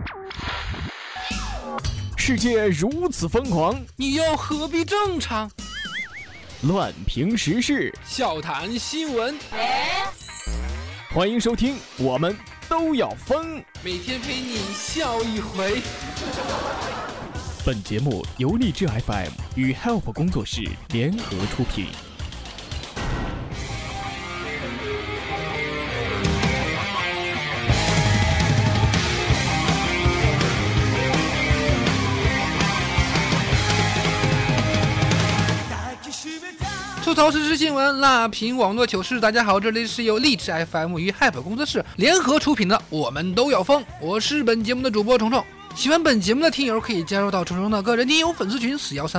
世界如此疯狂， 你又何必正常？ 乱评时事， 笑谈新闻， 欢迎收听，我们都要疯， 每天陪你笑一回。 本节目由荔枝 FM 与 Help 工作室联合出品。 吐槽时事新闻，辣评网络糗事。大家好，这里是由荔枝 FM 与 Help 工作室联合出品的《我们都要疯》，我是本节目的主播虫虫。喜欢本节目的听友可以加入到虫虫的个人听友粉丝群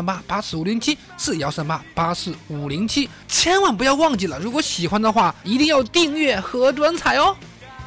41388455074138845507，千万不要忘记了，如果喜欢的话，一定要订阅和转采哦。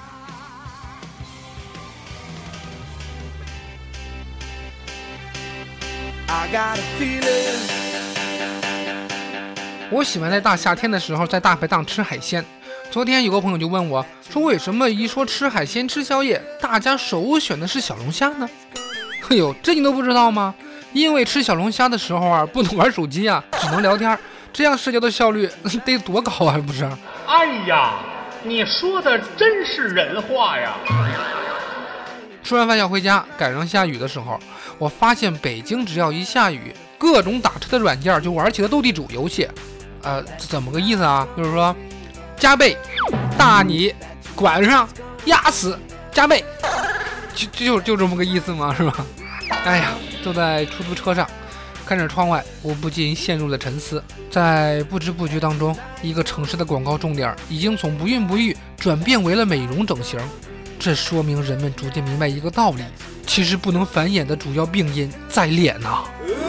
我喜欢在大夏天的时候在大排档吃海鲜。昨天有个朋友就问我说，为什么一说吃海鲜吃宵夜，大家首选的是小龙虾呢？哎呦，这你都不知道吗？因为吃小龙虾的时候啊，不能玩手机啊，只能聊天，这样社交的效率得多高啊，不是？ 哎呀，你说的真是人话呀！ 吃完饭要回家，赶上下雨的时候，我发现北京只要一下雨，各种打车的软件就玩起了斗地主游戏。怎么个意思啊？就是说加倍、大你、管上、压死、加倍，就这么个意思吗？是吧？哎呀，坐在出租车上，看着窗外，我不禁陷入了沉思。在不知不觉当中，一个城市的广告重点已经从不孕不育转变为了美容整形。这说明人们逐渐明白一个道理，其实不能繁衍的主要病因在脸呐。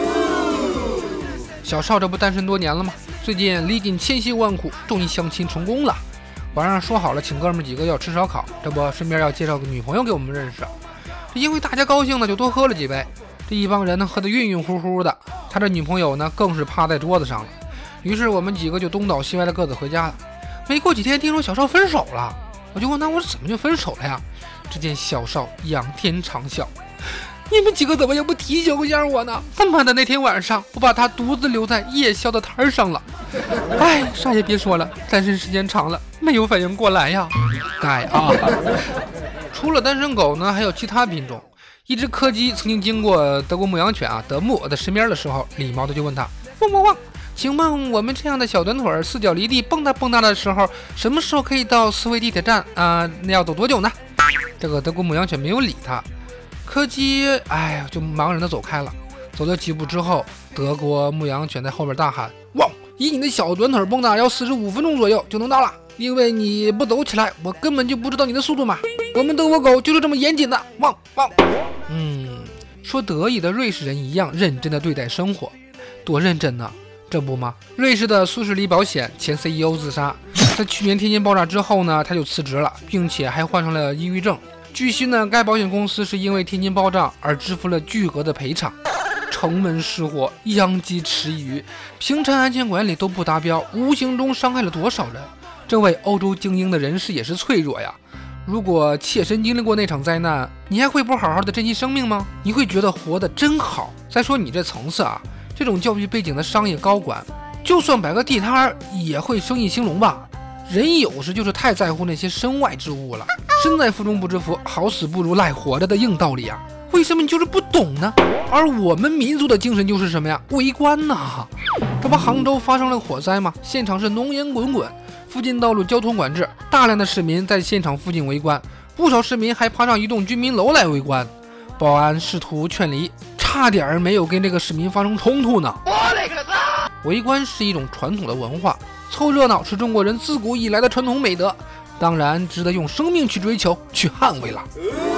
小邵这不单身多年了吗？最近历尽千辛万苦，终于相亲成功了。晚上说好了，请哥们几个要吃烧烤，这不顺便要介绍个女朋友给我们认识。因为大家高兴呢，就多喝了几杯。这一帮人呢，喝得晕晕乎乎的，他这女朋友呢，更是趴在桌子上了。于是我们几个就东倒西歪的各自回家了。没过几天，听说小邵分手了，我就问他，我说怎么就分手了呀？只见小邵仰天长啸。你们几个怎么也不提醒一下我呢？他妈的，那天晚上我把他独自留在夜宵的摊上了。哎，啥也别说了，单身时间长了，没有反应过来呀。该啊。除了单身狗呢，还有其他品种。一只柯基曾经经过德国牧羊犬德牧的身边的时候，礼貌的就问他：汪汪汪，请问我们这样的小短腿四脚离地蹦跶蹦跶的时候，什么时候可以到思维地铁站那要走多久呢？这个德国牧羊犬没有理他。柯基就茫然的走开了。走了几步之后，德国牧羊犬在后面大喊：汪，以你的小短腿蹦跶要45分钟左右就能到了，因为你不走起来，我根本就不知道你的速度嘛。我们德国狗就是这么严谨的，汪汪。说德意的瑞士人一样认真的对待生活，多认真呢？这不吗？瑞士的苏士里保险前 CEO 自杀，在去年天津爆炸之后呢，他就辞职了，并且还患上了抑郁症。据悉呢，该保险公司是因为天津爆炸而支付了巨额的赔偿。城门失火，殃及池鱼，平常安全管理都不达标，无形中伤害了多少人？这位欧洲精英的人士也是脆弱呀。如果切身经历过那场灾难，你还会不好好的珍惜生命吗？你会觉得活得真好。再说你这层次这种教育背景的商业高管，就算摆个地摊也会生意兴隆吧？人有时就是太在乎那些身外之物了，身在福中不知福，好死不如赖活着的硬道理啊！为什么你就是不懂呢？而我们民族的精神就是什么呀？围观呐！这不杭州发生了火灾吗？现场是浓烟滚滚，附近道路交通管制，大量的市民在现场附近围观，不少市民还爬上一栋居民楼来围观。保安试图劝离，差点没有跟这个市民发生冲突呢。围观是一种传统的文化，凑热闹是中国人自古以来的传统美德，当然值得用生命去追求去捍卫了。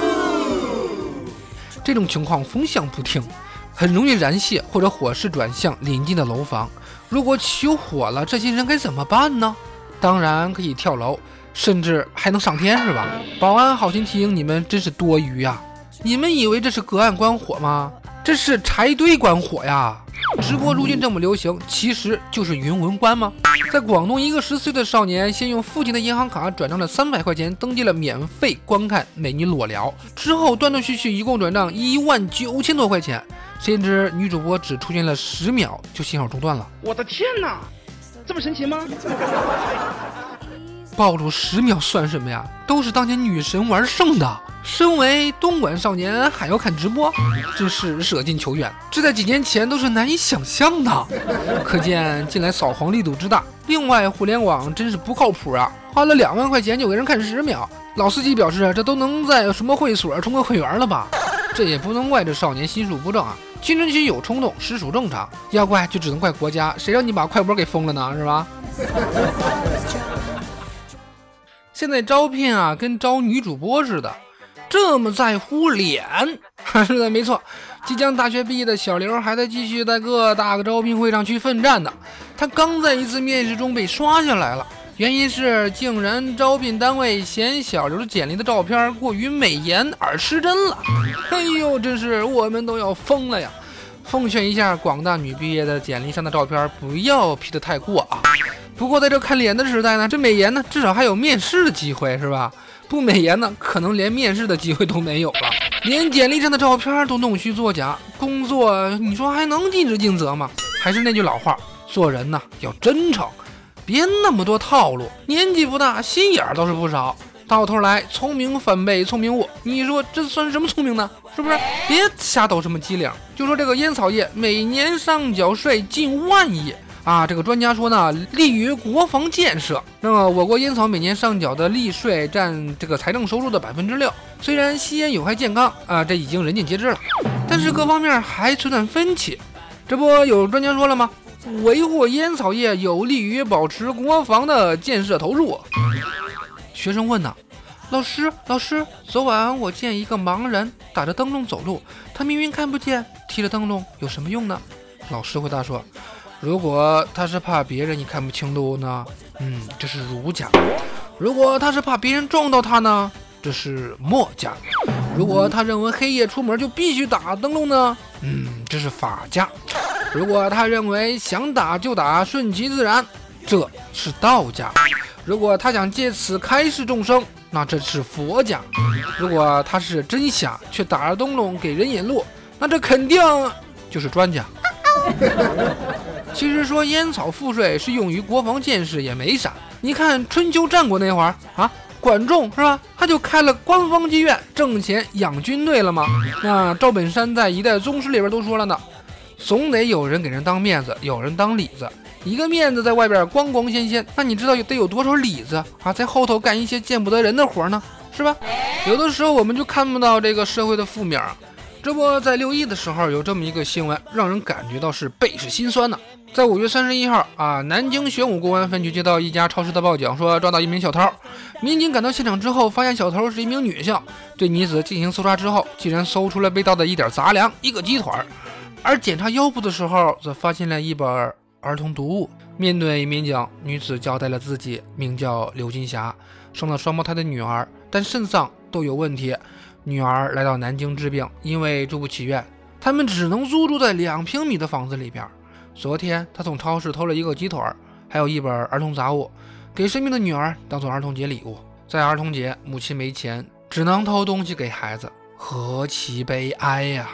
这种情况风向不停，很容易燃泄或者火势转向邻近的楼房。如果起火了，这些人该怎么办呢？当然可以跳楼，甚至还能上天，是吧？保安好心提醒你们，真是多余呀！你们以为这是隔岸观火吗？ 这是柴堆关火呀！直播如今这么流行，其实就是云文关吗？在广东，一个10岁的少年先用父亲的银行卡转账了300块钱，登记了免费观看美女裸聊，之后断断续续一共转账19000多块钱。谁知女主播只出现了10秒就信号中断了。 我的天哪，这么神奇吗？ 暴露10秒算什么呀？都是当年女神玩剩的。身为东莞少年还要看直播，真是舍近求远，这在几年前都是难以想象的。可见近来扫黄力度之大。另外，互联网真是不靠谱啊！花了2万块钱就给人看10秒，老司机表示这都能在什么会所充个会员了吧？这也不能怪这少年心术不正啊，青春期有冲动实属正常，要怪就只能怪国家，谁让你把快播给封了呢？是吧？现在招聘啊，跟招女主播似的。这么在乎脸？是的，没错。即将大学毕业的小刘还在继续在各大招聘会上去奋战呢。他刚在一次面试中被刷下来了，原因是竟然招聘单位嫌小刘的简历的照片过于美颜而失真了。哎呦，真是我们都要疯了呀！奉劝一下广大女毕业的简历上的照片不要 P 得太过啊。不过在这看脸的时代呢，这美颜呢至少还有面试的机会，是吧？不美颜呢，可能连面试的机会都没有了。连简历上的照片都弄虚作假，工作你说还能尽职尽责吗？还是那句老话，做人呢要真诚，别那么多套路。年纪不大，心眼倒是不少，到头来聪明反被聪明误，你说这算什么聪明呢？是不是？别瞎抖什么机灵。就说这个烟草业每年上缴税近万亿啊，这个专家说呢，利于国防建设。那么我国烟草每年上缴的利税占这个财政收入的6%。虽然吸烟有害健康啊，这已经人尽皆知了，但是各方面还存在分歧。这不有专家说了吗？维护烟草业有利于保持国防的建设投入。学生问呢，老师，昨晚我见一个盲人打着灯笼走路，他明明看不见，提着灯笼有什么用呢？老师回答说，如果他是怕别人你看不清路呢，这是儒家；如果他是怕别人撞到他呢，这是墨家；如果他认为黑夜出门就必须打灯笼呢，这是法家；如果他认为想打就打，顺其自然，这是道家；如果他想借此开示众生，那这是佛家；如果他是真瞎却打着灯笼给人引路，那这肯定就是专家。其实说烟草赋税是用于国防建设也没啥，你看春秋战国那会儿啊，管仲是吧，他就开了官方妓院，挣钱养军队了吗？那赵本山在一代宗师里边都说了呢，总得有人给人当面子，有人当里子。一个面子在外边光光鲜鲜，那你知道得有多少里子啊，在后头干一些见不得人的活呢，是吧？有的时候我们就看不到这个社会的负面啊。这不在6·1的时候有这么一个新闻，让人感觉到是倍是心酸呢。在5月31号啊，南京玄武公安分局接到一家超市的报警，说抓到一名小偷。民警赶到现场之后，发现小偷是一名女性，对女子进行搜查之后，竟然搜出了被盗的一点杂粮、一个鸡腿，而检查腰部的时候，则发现了一本儿童读物。面对民警，女子交代了自己名叫刘金霞，生了双胞胎的女儿，但肾脏都有问题。女儿来到南京治病，因为住不起院，他们只能租住在2平米的房子里边。昨天她从超市偷了一个鸡腿，还有一本儿童杂物，给生病的女儿当做儿童节礼物。在儿童节，母亲没钱，只能偷东西给孩子，何其悲哀呀！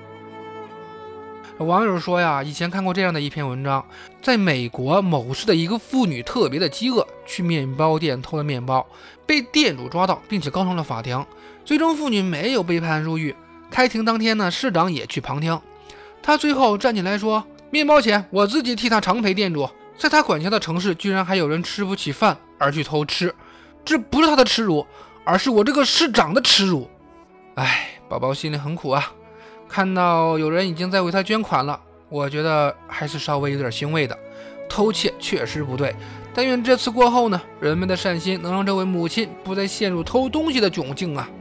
网友说呀，以前看过这样的一篇文章，在美国某市的一个妇女特别的饥饿，去面包店偷了面包，被店主抓到，并且告上了法庭。最终妇女没有被判入狱。开庭当天呢，市长也去旁听，他最后站起来说，面包钱我自己替他常赔店主，在他管辖的城市居然还有人吃不起饭而去偷吃，这不是他的耻辱，而是我这个市长的耻辱。哎，宝宝心里很苦啊，看到有人已经在为他捐款了，我觉得还是稍微有点欣慰的。偷窃确实不对，但愿这次过后呢，人们的善心能让这位母亲不再陷入偷东西的窘境啊。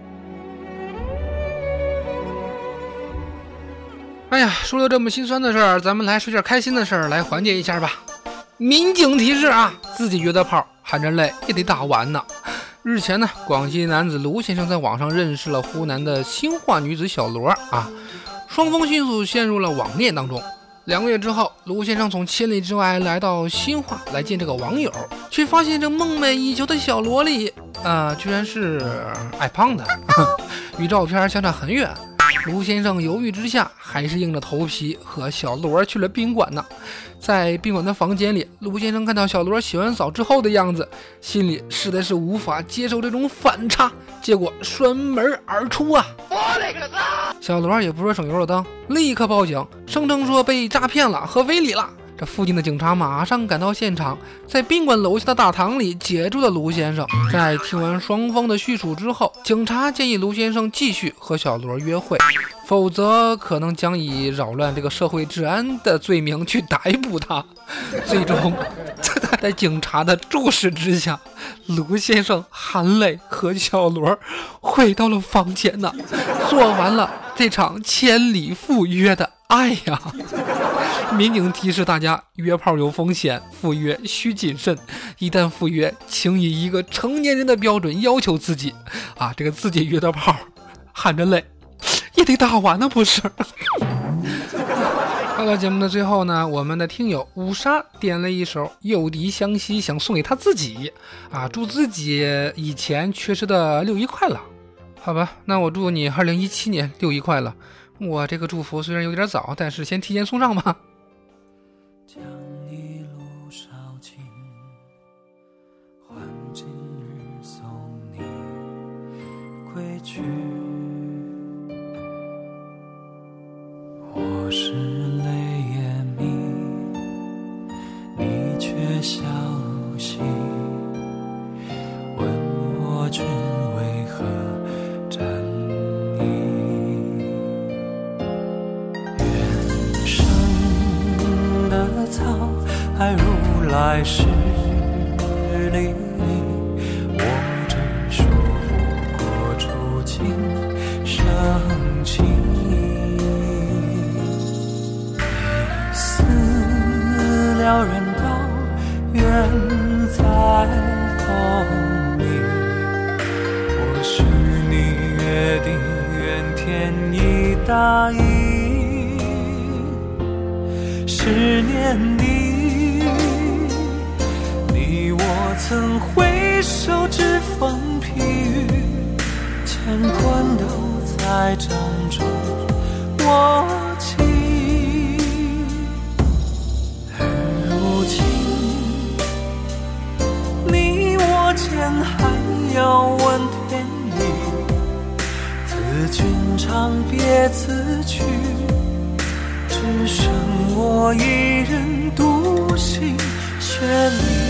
哎呀，说了这么心酸的事儿，咱们来说点开心的事儿来缓解一下吧。民警提示啊，自己约的炮含着泪也得打完呢。日前呢，广西男子卢先生在网上认识了湖南的新化女子小罗啊。 双方迅速陷入了网恋当中。2个月之后，卢先生从千里之外来到新化来见这个网友，却发现这梦寐以求的小萝莉居然是矮胖的与照片相差很远。卢先生犹豫之下，还是硬着头皮和小罗去了宾馆呢。在宾馆的房间里，卢先生看到小罗洗完澡之后的样子，心里实在是无法接受这种反差，结果摔门而出啊！小罗也不是省油的灯，立刻报警，声称说被诈骗了和非礼了。这附近的警察马上赶到现场，在宾馆楼下的大堂里截住了卢先生。在听完双方的叙述之后，警察建议卢先生继续和小罗约会，否则可能将以扰乱这个社会治安的罪名去逮捕他。最终在警察的注视之下，卢先生含泪和小罗回到了房间呢，做完了这场千里赴约的爱呀。民警提示大家，约炮有风险，赴约需谨慎，一旦赴约，请以一个成年人的标准要求自己这个自己约的炮含着泪也得打完呢，不是？到了节目的最后呢，我们的听友乌沙点了一首《诱敌相惜》，想送给他自己祝自己以前缺失的6·1快乐。好吧，那我祝你2017年6·1快乐。我这个祝福虽然有点早，但是先提前送上吧。 将一路烧尽，换今日送你归去。我是泪眼迷，你却笑如戏，问我君为何沾衣。原生的草还如来时离离，我只说不过初情生情。了人道远在风里，我许你约定愿天意答应。10年里，你我曾回首指风披雨，乾坤都在掌中握紧。间还要问天意，自君长别自去，只剩我一人独行，雪里